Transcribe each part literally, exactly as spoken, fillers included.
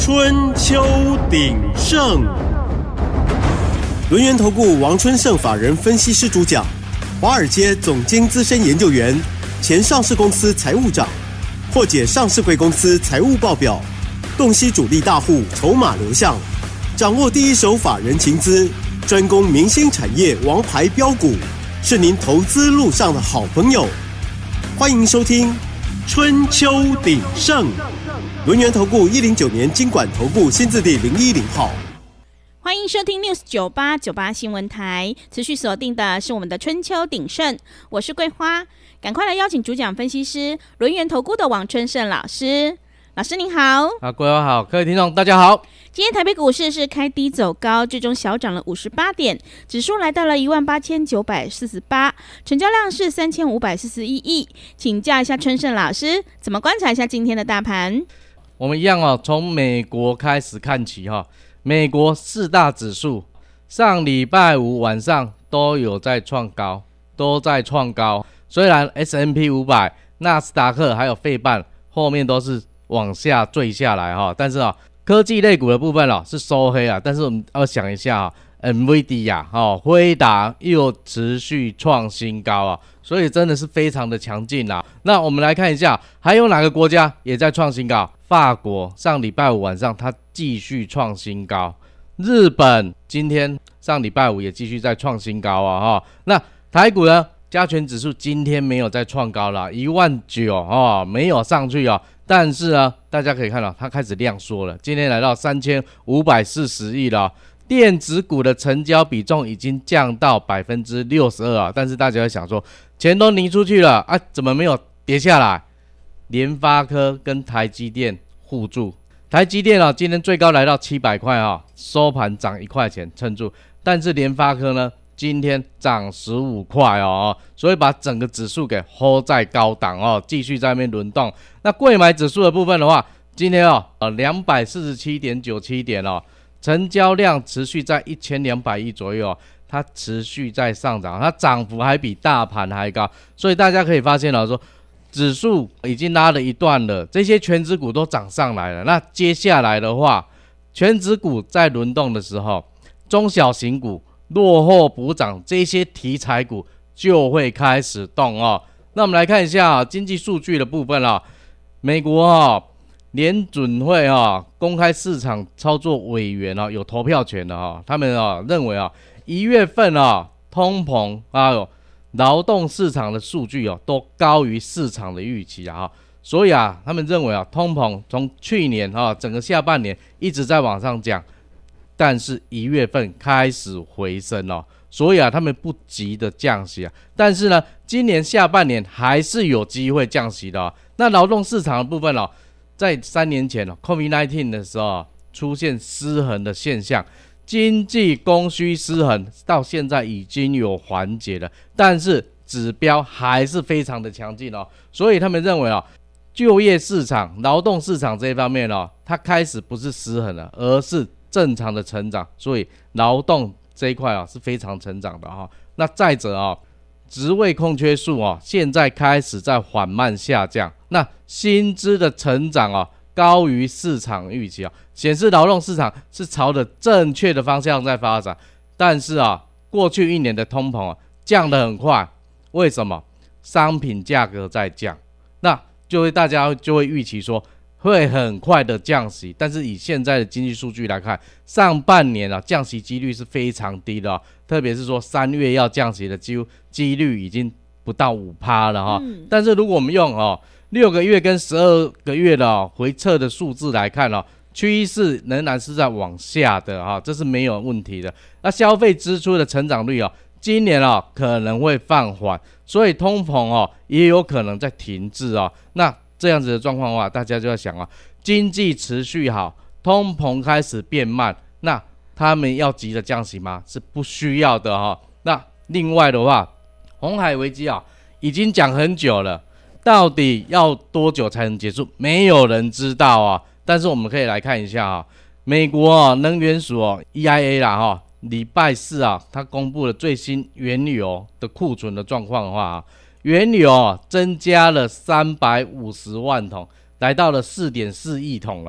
春秋鼎盛，轮源投顾王春盛法人分析师主讲，华尔街总经资深研究员，前上市公司财务长，或解上市柜公司财务报表，洞悉主力大户筹码流向，掌握第一手法人情资，专攻明星产业王牌标股，是您投资路上的好朋友。欢迎收听春秋鼎盛，轮源投顾一零九年金管投顾新字第零一零号。 欢迎收听 News 九八九八新闻台，持续锁定的是我们的春秋鼎盛，我是桂花，赶快来邀请主讲分析师轮源投顾的王春盛老师。老师您好。 啊，桂花好，各位听众大家好。 今天台北股市是开低走高，最终小涨了五十八点，指数来到了一万八千九百四十八，成交量是三千五百四十一亿。请教一下春盛老师，怎么观察一下今天的大盘？ 我们一样哦，从美国开始看起哈、哦。美国四大指数上礼拜五晚上都有在创高，都在创高。虽然 S and P 五百、纳斯达克还有费半后面都是往下坠下来哈，但是啊、哦，科技类股的部分哦是收黑啊。但是我们要想一下啊、哦、，N V D 啊，哦，辉达又持续创新高啊，所以真的是非常的强劲啊。那我们来看一下，还有哪个国家也在创新高？法国上礼拜五晚上它继续创新高，日本今天上礼拜五也继续在创新高啊、哦、那台股呢，加权指数今天没有再创高了，一万九哦，没有上去哦。但是呢，大家可以看到它开始量缩了，今天来到三千五百四十亿了、哦。电子股的成交比重已经降到 百分之六十二 啊，但是大家会想说，钱都nin出去了啊，怎么没有跌下来？联发科跟台积电互助，台积电啊，今天最高来到七百块啊，收盘涨一块钱撑住。但是联发科呢，今天涨十五块哦，所以把整个指数给 hold 在高档哦，继续在那边轮动。那柜买指数的部分的话，今天哦，呃 两百四十七点九七 点哦，成交量持续在一千两百亿左右、哦，它持续在上涨，它涨幅还比大盘还高，所以大家可以发现了说。指数已经拉了一段了，这些全指股都涨上来了。那接下来的话，全指股在轮动的时候，中小型股落后补涨，这些题材股就会开始动哦。那我们来看一下、啊、经济数据的部分啊，美国啊联准会啊公开市场操作委员啊有投票权的啊，他们啊认为啊一月份啊通膨啊有。劳动市场的数据哦，都高于市场的预期啊，所以啊，他们认为啊，通膨从去年啊整个下半年一直在往上降，但是一月份开始回升哦，所以啊，他们不急的降息啊，但是呢，今年下半年还是有机会降息的、哦。那劳动市场的部分哦，在三年前哦 ，COVID 十九 的时候出现失衡的现象。经济供需失衡到现在已经有缓解了，但是指标还是非常的强劲哦，所以他们认为哦，就业市场、劳动市场这一方面哦，它开始不是失衡了，而是正常的成长，所以劳动这一块啊是非常成长的哈、哦。那再者啊、哦，职位空缺数啊、哦，现在开始在缓慢下降，那薪资的成长啊、哦。高于市场预期啊，显示劳动市场是朝着正确的方向在发展。但是啊，过去一年的通膨啊降得很快，为什么？商品价格在降，那就会大家就会预期说会很快的降息。但是以现在的经济数据来看，上半年啊降息几率是非常低的、啊，特别是说三月要降息的几几率已经不到 百分之五 了哈、嗯。但是如果我们用哦。六个月跟十二个月的、哦、回测的数字来看哦，趋势仍然是在往下的哈、哦，这是没有问题的。那消费支出的成长率哦，今年哦可能会放缓，所以通膨哦也有可能在停滞哦。那这样子的状况的话，大家就要想啊，经济持续好，通膨开始变慢，那他们要急着降息吗？是不需要的哈、哦。那另外的话，鸿海危机啊已经讲很久了。到底要多久才能结束？没有人知道啊。但是我们可以来看一下啊，美国啊能源署哦 E I A 啦哈，礼拜四啊，它公布了最新原油的库存的状况的话、啊，原油、啊、增加了三百五十万桶，来到了 四点四亿桶了、哦。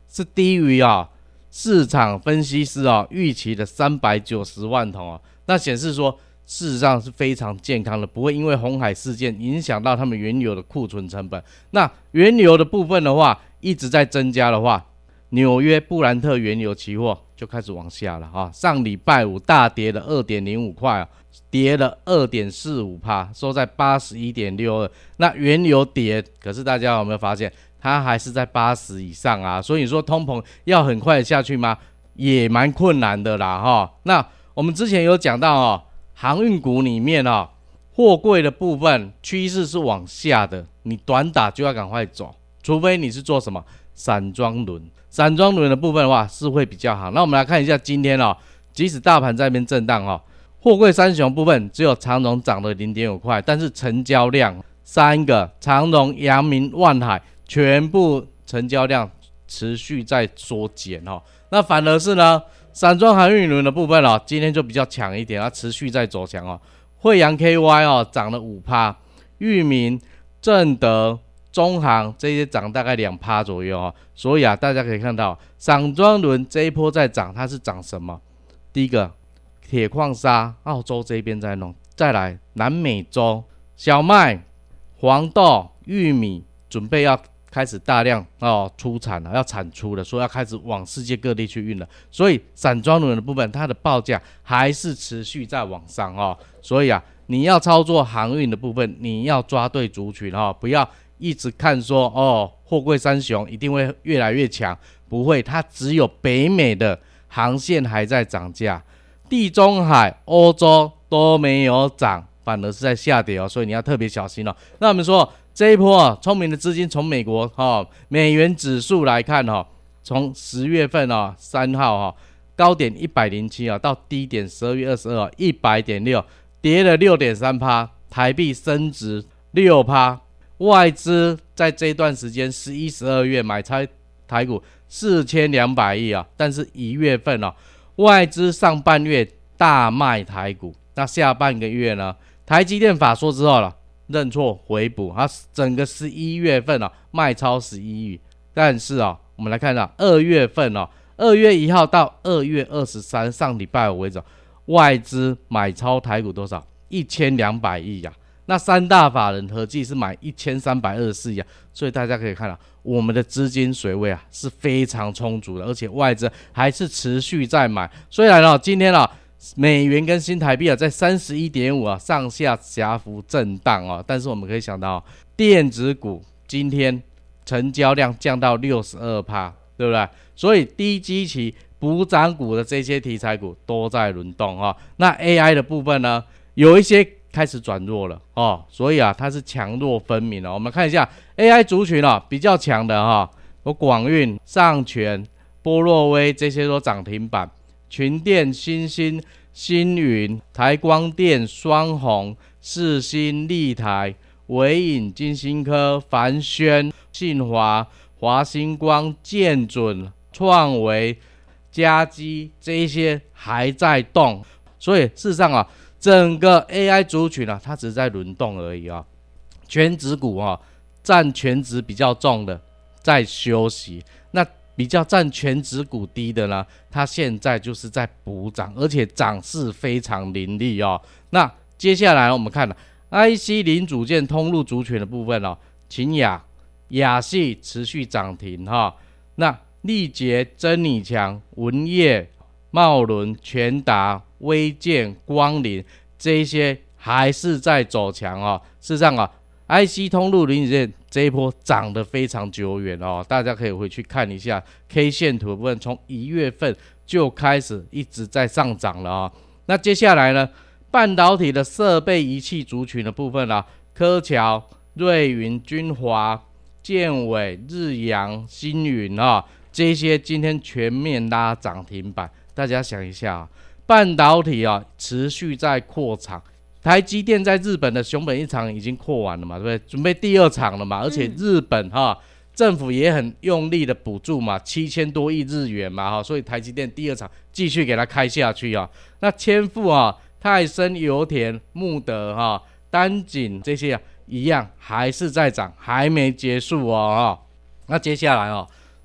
是低于啊市场分析师啊预期的三百九十万桶啊，那显示说事实上是非常健康的，不会因为红海事件影响到他们原油的库存成本。那原油的部分的话一直在增加的话，纽约布兰特原油期货就开始往下了啊，上礼拜五大跌了 二点零五块啊，跌了 二点四五%，收在 八十一点六二。那原油跌，可是大家有没有发现它还是在八十以上啊？所以你说通膨要很快下去吗？也蛮困难的啦哈。那我们之前有讲到哦，航运股里面哦，货柜的部分趋势是往下的，你短打就要赶快走，除非你是做什么散装轮。散装轮的部分的话是会比较好。那我们来看一下今天哦，即使大盘在那边震荡哦，货柜三雄部分只有长荣涨了 零点五块，但是成交量三个长荣、阳明、万海全部成交量持续在缩减哦。那反而是呢，散装航运轮的部分哦，今天就比较强一点，它持续在走强哦。惠阳 K Y 哦涨了 百分之五， 裕民、正德、中航这些涨大概 百分之二 左右哦。所以啊，大家可以看到散装轮这一波在涨，它是涨什么？第一个铁矿砂，澳洲这边在弄，再来南美洲小麦、黄豆、玉米准备要开始大量哦出产了，要产出了，所以要开始往世界各地去运了。所以散装轮的部分，它的报价还是持续在往上哦。所以啊，你要操作航运的部分，你要抓对族群哦，不要一直看说哦，货柜三雄一定会越来越强，不会，它只有北美的航线还在涨价，地中海、欧洲都没有涨，反而是在下跌哦，所以你要特别小心哦。那我们说这一波啊，聪明的资金从美国哦美元指数来看哦，从十月份哦三号哦高点一百零七啊，到低点十二月二十二一百点六，跌了 六点三%，台币升值 百分之六， 外资在这一段时间十一、十二月买超台股四千两百亿啊，但是一月份哦，外资上半月大卖台股，那下半个月呢，台积电法说之后了，认错回补，它整个十一月份哦卖超十一亿，但是哦，我们来看到二月份哦，二月一号到二月二十三上礼拜五为止，外资买超台股多少？一千两百亿呀。那三大法人合计是买一千三百二十四亿啊，所以大家可以看到我们的资金水位啊是非常充足的，而且外资还是持续在买。虽然哦今天啊美元跟新台币啊在 三十一点五 啊上下狭幅震荡哦，但是我们可以想到、哦、电子股今天成交量降到 百分之六十二， 对不对？所以低基期补涨股的这些题材股都在轮动哦。那 A I 的部分呢，有一些开始转弱了哦，所以啊，它是强弱分明哦。我们看一下 A I 族群哦，比较强的哈、哦，有广运、上全、波若威这些都涨停板，群电、新兴、星云、台光电、双虹、世新、立台、伟影、金星科、凡轩、信华、华星光、建准、创维、嘉基这一些还在动，所以事实上啊。整个 A I 族群啊，它只是在轮动而已啊。全指股啊，占全指比较重的在休息，那比较占全指股低的呢，它现在就是在补涨，而且涨势非常凌厉哦。那接下来我们看了 I C 零组件通路族群的部分哦，勤雅、亚系持续涨停哈、哦。那力捷、真理强、文业、茂伦、全达、威健、光临这一些还是在走强哦。事实上啊 ，I C 通路零组件这一波涨得非常久远哦，大家可以回去看一下 K 线图的部分，从一月份就开始一直在上涨了哦。那接下来呢，半导体的设备仪器族群的部分啊，科乔、瑞云、君华、建伟、日阳、星云啊、哦，这些今天全面拉涨停板。大家想一下、啊，半导体啊持续在扩厂，台积电在日本的熊本一厂已经扩完了嘛，对不对？准备第二厂了嘛，而且日本哈、啊、政府也很用力的补助嘛，七千多亿日元嘛哈，所以台积电第二厂继续给它开下去啊。那千富啊、泰森、油田、穆德哈、丹景这些啊一样还是在涨，还没结束哦。那接下来哦。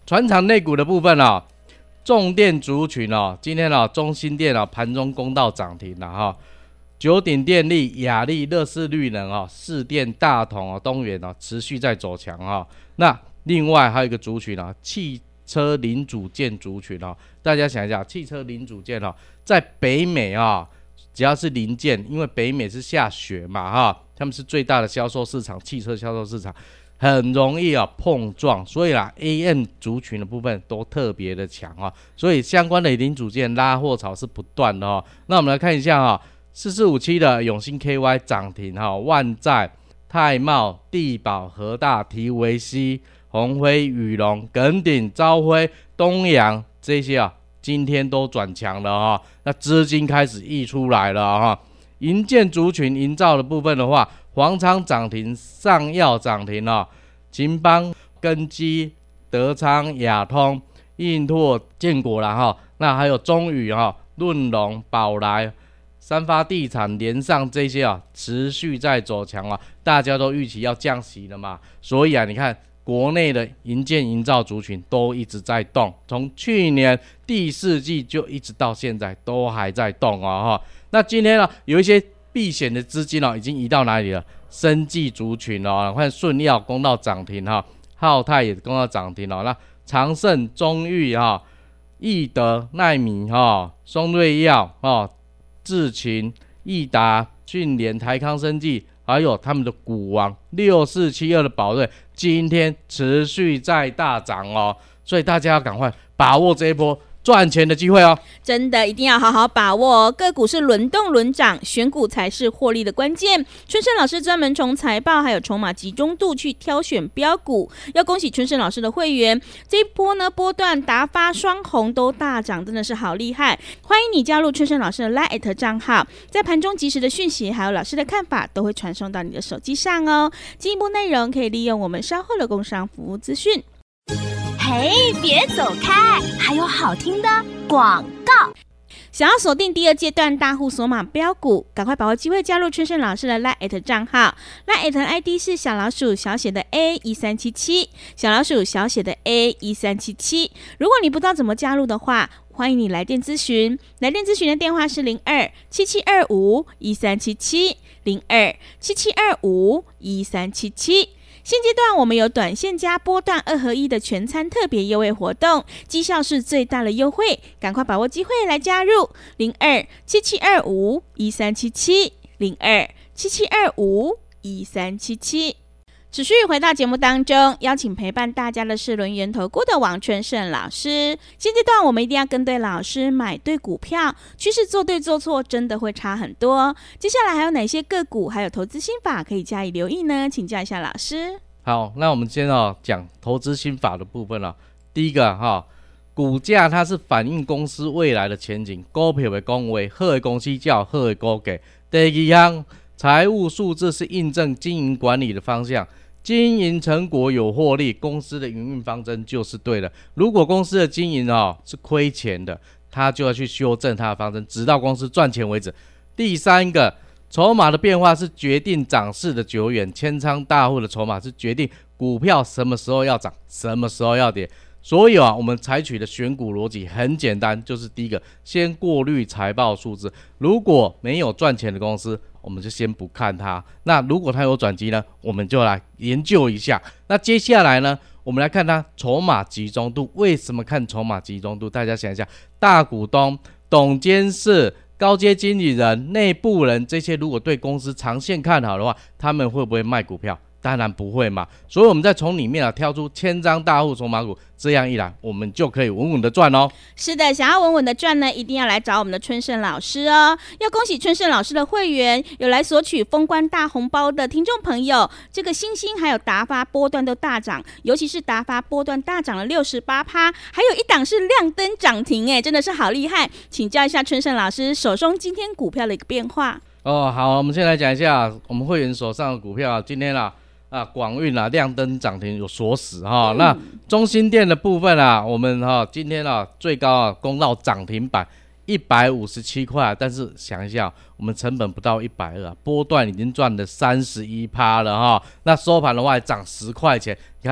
传产类股的部分哦，重电族群哦，今天哦，中兴电哦盘中攻到涨停了哈、哦，九鼎电力、亚力、乐视绿能哦，市电、大同哦、东元哦，持续在走强哈、哦。那另外还有一个族群啊，汽车零组件族群哦，大家想一下，汽车零组件哦，在北美啊、哦，只要是零件，因为北美是下雪嘛哈、哦，他们是最大的销售市场，汽车销售市场。很容易啊碰撞，所以啦 A M 族群的部分都特别的强啊，所以相关的零组件拉货潮是不断的哦。那我们来看一下哈，四四五七的永兴 K Y 涨停哈，万载、泰茂、地宝、和大、提维西、鸿辉、宇龙、耿鼎、朝晖、东阳这些啊，今天都转强了哈，那资金开始溢出来了哈。营建族群营造的部分的话，黄昌涨停，上药涨停哦，秦邦、根基、德昌、亚通、印拓、建国啦哈，那还有中宇哈、润隆、宝来、三发地产、联上这些啊，持续在走强啊，大家都预期要降息了嘛，所以啊，你看国内的营建营造族群都一直在动，从去年第四季就一直到现在都还在动哦哈。那今天呢，有一些避险的资金哦，已经移到哪里了？生技族群哦，看顺药攻到涨停哈，浩泰也攻到涨停哦。那长盛、中裕哈、易德、奈米哈、松瑞药哈、智勤、益达、迅联、台康生技，还有他们的股王六四七二的宝瑞，今天持续在大涨哦，所以大家要赶快把握这一波赚钱的机会哦， 真的一定要好好把握哦。个股是轮动轮涨，选股才是获利的关键。春盛老师专门从财报还有筹码集中度去挑选标股，要恭喜春盛老师的会员，这一波呢波段达发双红都大涨，真的是好厉害。欢迎你加入春盛老师的 LINE 账号，在盘中及时的讯息还有老师的看法都会传送到你的手机上哦。进一步内容可以利用我们稍后的工商服务资讯。 嘿，别走开，还有好听的广告。 想要锁定第二阶段大户锁码标股，赶快把握机会加入春盛老师的 LINE 账号， LINE I D 是小老鼠小写的 A 一三七七， 小老鼠小写的 A 一三七七。如果你不知道怎么加入的话，欢迎你来电咨询，来电咨询的电话是零二七七二五一三七七， 零二七七二五一三七七。现阶段我们有短线加波段二合一的全餐特别优惠活动，绩效是最大的优惠，赶快把握机会来加入零二七七二五一三七七， 零二七七二五一三七七。持续回到节目当中，邀请陪伴大家的是轮源投顾的王春盛老师。现阶段我们一定要跟对老师，买对股票，趋势做对做错真的会差很多。接下来还有哪些个股还有投资心法可以加以留意呢？请教一下老师。 好，那我们先哦讲投资心法的部分了、哦。第一个哈、哦，股价它是反映公司未来的前景，股票的讲话，好的公司叫好的股价。第二项，财务数字是印证经营管理的方向。经营成果有获利，公司的营运方针就是对的。如果公司的经营哦是亏钱的，他就要去修正他的方针，直到公司赚钱为止。第三个，筹码的变化是决定涨势的久远，千仓大户的筹码是决定股票什么时候要涨，什么时候要跌。所以啊，我们采取的选股逻辑很简单，就是第一个，先过滤财报数字，如果没有赚钱的公司，我们就先不看它。那如果它有转机呢，我们就来研究一下。那接下来呢，我们来看它筹码集中度。为什么看筹码集中度？大家想一下，大股东、董监事、高阶经理人、内部人这些，如果对公司长线看好的话，他们会不会卖股票？当然不会嘛，所以我们再从里面啊挑出千张大户筹码股，这样一来我们就可以稳稳的赚哦。 是的，想要稳稳的赚呢，一定要来找我们的春盛老师哦。要恭喜春盛老师的会员，有来索取封关大红包的听众朋友，这个星星还有达发波段都大涨，尤其是达发波段大涨了 百分之六十八， 还有一档是亮灯涨停，哎，真的是好厉害。请教一下春盛老师手中今天股票的一个变化。 哦，好，我们先来讲一下我们会员手上的股票，今天啊啊，广运啊，亮灯涨停有锁死哈、哦嗯。那中兴电的部分啊，我们哈、哦、今天啊最高啊攻到涨停板一百五十七块，但是想一下，我们成本不到一百二，波段已经赚了三十一趴了哈、哦。那收盘的话涨十块钱，你看哦，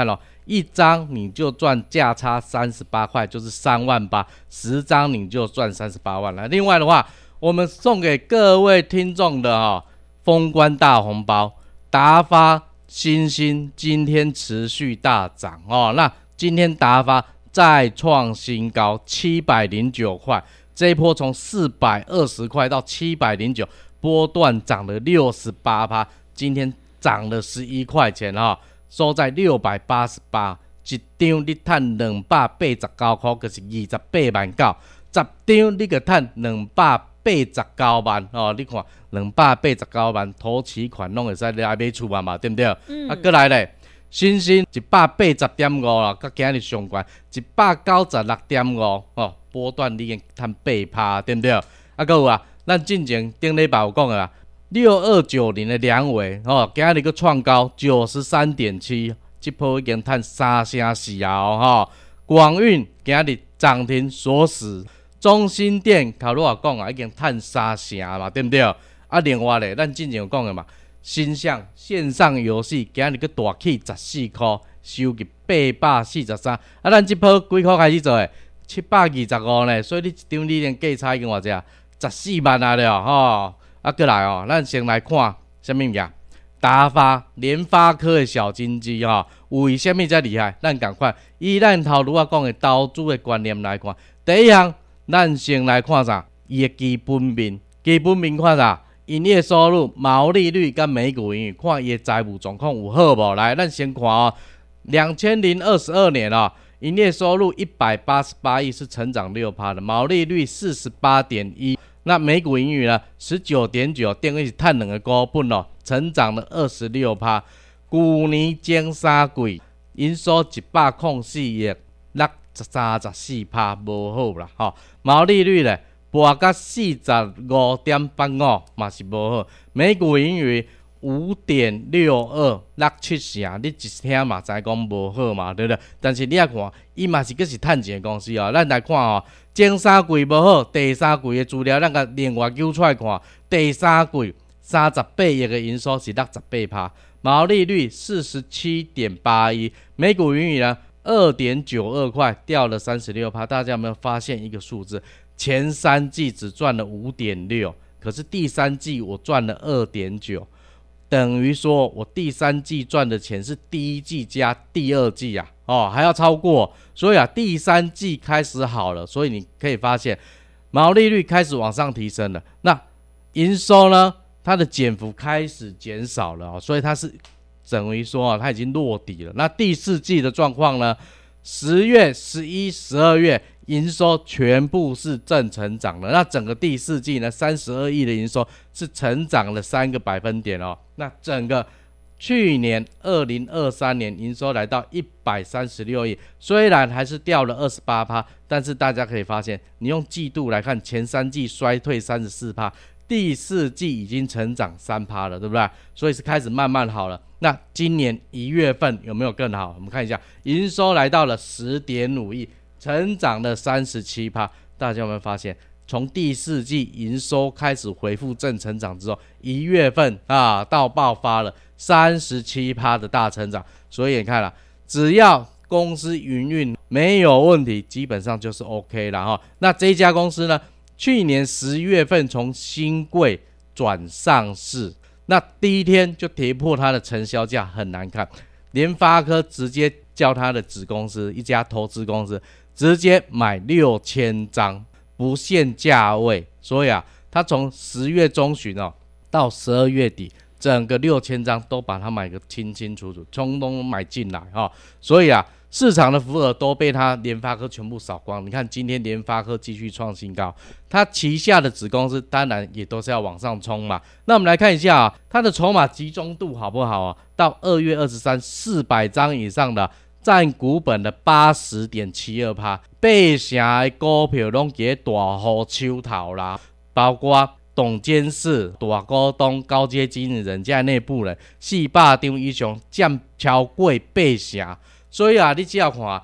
一张你就赚价差三十八块，就是三万八，十张你就赚三十八万了。另外的话，我们送给各位听众的哈、哦、封关大红包，达发新兴今天持续大涨哦，那今天达发再创新高七百零九块，这一波从四百二十块到七百零九，波段涨了 百分之六十八， 今天涨了十一块钱哈、哦，收在六百八十八，一张你赚两百八十九块，就是二十八万九，十张你个赚两百八十九万哦，你看两百八十九万，头期款拢会使来买厝嘛嘛，对不对？嗯、啊，过来咧，新兴一百八十点五啦，甲今日上悬一百九十六点五哦，波段你已经赚八趴，对不对？啊，还有啊，咱之前顶礼拜有讲啊，六二九零的良维哦，今日个创高九十三点七，这波已经赚三成四啊哦，广运今日涨停锁死。中兴电，头拄也讲啊，已经赚三成嘛，对不对？啊，另外咧，咱之前有讲的嘛，新象线上游戏今日个大起十四块，收入八百四十三。啊，咱这波几块开始做的？七百二十五呢，所以你一张你连价差已经偌济？十四万啊了吼。啊，过来哦，咱先来看什么物件？达发、联发科的小金鸡吼，为什么遮厉害？咱赶快以咱头拄仔讲的投资的观念来看，第一项。咱先来看啥？伊的基本面，基本面看啥？营业收入、毛利率跟每股盈余，看伊的财务状况有好无？来，咱先看哦，二千二十二年哦，营业收入一百八十八亿，是成长 百分之六 的，毛利率 四十八点一， 那每股盈余呢 十九点九， 等于是赚两个股本哦，成长了 百分之二十六。 去年前三季营收一百零四亿，六三十四趴，无好啦吼。毛利率咧，博到四十五点八五，嘛是无好。每股盈余五点六二，六七成，你一听嘛知讲无好嘛，对不对？但是你也看，伊嘛是个是趁钱的公司哦。咱来看哦，前三季无好，第三季的资料咱甲另外揪出来看，第三季三十八亿的营收是六十八趴，毛利率四十七点八一，每股盈余呢？二点九二块，掉了 百分之三十六， 大家有没有发现一个数字？前三季只赚了 五点六， 可是第三季我赚了 二点九， 等于说我第三季赚的钱是第一季加第二季啊，哦，还要超过，所以啊，第三季开始好了，所以你可以发现毛利率开始往上提升了，那营收呢，它的减幅开始减少了、哦、所以它是等于说啊，它已经落底了。那第四季的状况呢？十月、十一、十二月营收全部是正成长的。那整个第四季呢，三十二亿的营收是成长了三个百分点哦。那整个去年二零二三年营收来到一百三十六亿，虽然还是掉了 百分之二十八， 但是大家可以发现，你用季度来看，前三季衰退 百分之三十四，第四季已经成长 百分之三 了，对不对？所以是开始慢慢好了。那今年一月份有没有更好？我们看一下，营收来到了 十点五亿，成长了 百分之三十七。 大家有没有发现，从第四季营收开始恢复正成长之后，一月份啊到爆发了 百分之三十七 的大成长。所以你看了，只要公司营运没有问题，基本上就是 OK 了哈。那这一家公司呢？去年十月份从新贵转上市，那第一天就跌破它的成交价，很难看。联发科直接叫它的子公司一家投资公司，直接买六千张，不限价位。所以啊，它从十月中旬哦到十二月底，整个六千张都把它买个清清楚楚，通通买进来哈、哦。所以啊。市场的浮额都被它联发科全部扫光。你看今天联发科继续创新高，它旗下的子公司当然也都是要往上冲嘛。那我们来看一下啊，它的筹码集中度好不好啊？到二月二十三，四百张以上的占股本的 八十点七二， 八成的股票都在大户手头啦，包括董监事、大股东、高阶经理人加内部人四百张以上，占超过八成。所以啊，你只要看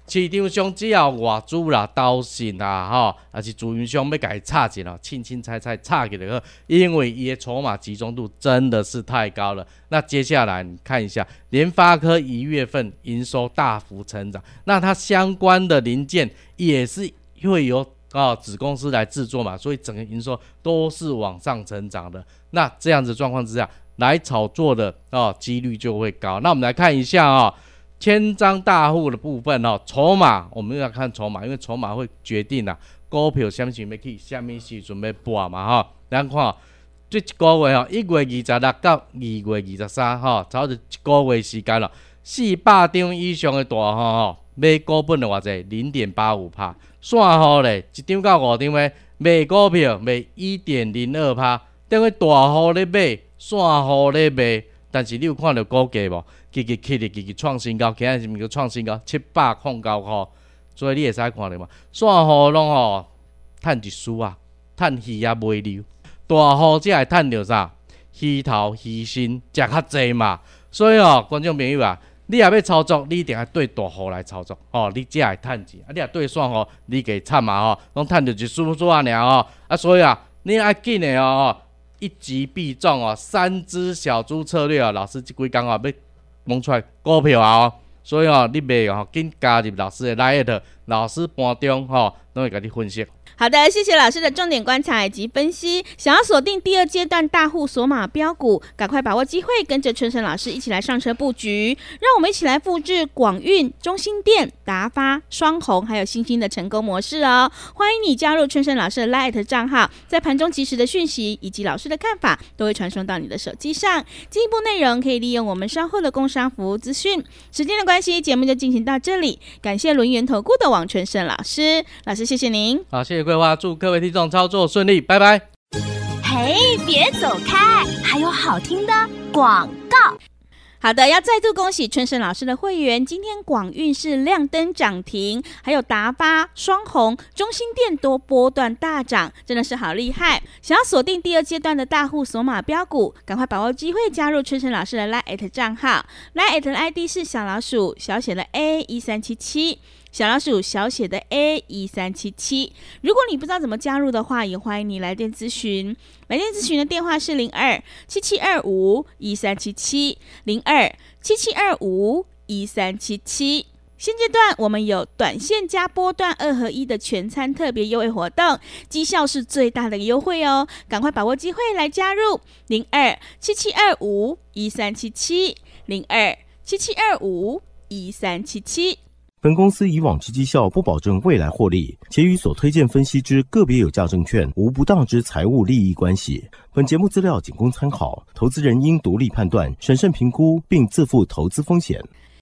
市场上只要外资啦、投信啦，吼，还是自营商要甲伊插钱哦，轻轻踩踩插起来，因为伊的筹码集中度真的是太高了。那接下来你看一下，联发科一月份营收大幅成长，那它相关的零件也是会由哦子公司来制作嘛，所以整个营收都是往上成长的。那这样子状况之下，来炒作的哦几率就会高。那我们来看一下哦。千张大户的部分哦，筹码我们要看筹码，因为筹码会决定啦、啊、股票什么时候要去，什么时阵要播嘛哈。咱看、哦、这一个月哦，一月二十六到二月二十三哈，差不多一个月时间了，四百张以上的大户吼，买股本的偌济零点八五趴，散户咧一张到五张的卖股票卖一点零二趴，等于大户咧买，散户咧卖。但是你有看到股价无？日日起日日创新高，今日是毋是创新高？七百零九块，所以你会使看到嘛？散户拢吼趁一输啊，趁鱼也袂溜，大户才会趁到啥？鱼头鱼身食较济嘛。所以哦，观众朋友啊，你若要操作，你一定要对大户来操作哦，你才会趁钱。啊，你若对散户，你给惨嘛吼，拢趁到一输输啊尔哦。啊，所以啊，你要紧的哦。一击必中哦，三只小猪策略哦，老师这几天哦要蒙出来股票啊哦，所以哦你袂哦紧加入老师的 Line， 老师盘中吼都会给你分析。 好的，谢谢老师的重点观察以及分析。想要锁定第二阶段大户锁码标股，赶快把握机会，跟着春生老师一起来上车布局。让我们一起来复制广运、中兴电、达发、双红还有新兴的成功模式哦。欢迎你加入春生老师的 Line 账号，在盘中及时的讯息以及老师的看法都会传送到你的手机上。进一步内容可以利用我们稍后的工商服务资讯。时间的关系，节目就进行到这里。感谢轮源投顾的王春生老师，老师谢谢您。 好，谢谢桂花，祝各位听众操作顺利，拜拜。 嘿，别走开，还有好听的广告。 好的，要再度恭喜春生老师的会员，今天广运是亮灯涨停，还有达发、双红、中兴电都波段大涨，真的是好厉害。想要锁定第二阶段的大户锁码标股，赶快把握机会加入春生老师的 Line 账号， Line 的 I D 是小老鼠小写的 A 一三七七，小老鼠小写的 A 一三七七。如果你不知道怎么加入的话，也欢迎你来电咨询。来电咨询的电话是零二七七二五一三七七零二七七二五一三七七。现阶段我们有短线加波段二合一的全餐特别优惠活动，绩效是最大的优惠哦，赶快把握机会来加入零二七七二五一三七七零二七七二五一三七七。 本公司以往之绩效不保证未来获利，且与所推荐分析之个别有价证券无不当之财务利益关系。本节目资料仅供参考，投资人应独立判断、审慎评估，并自负投资风险。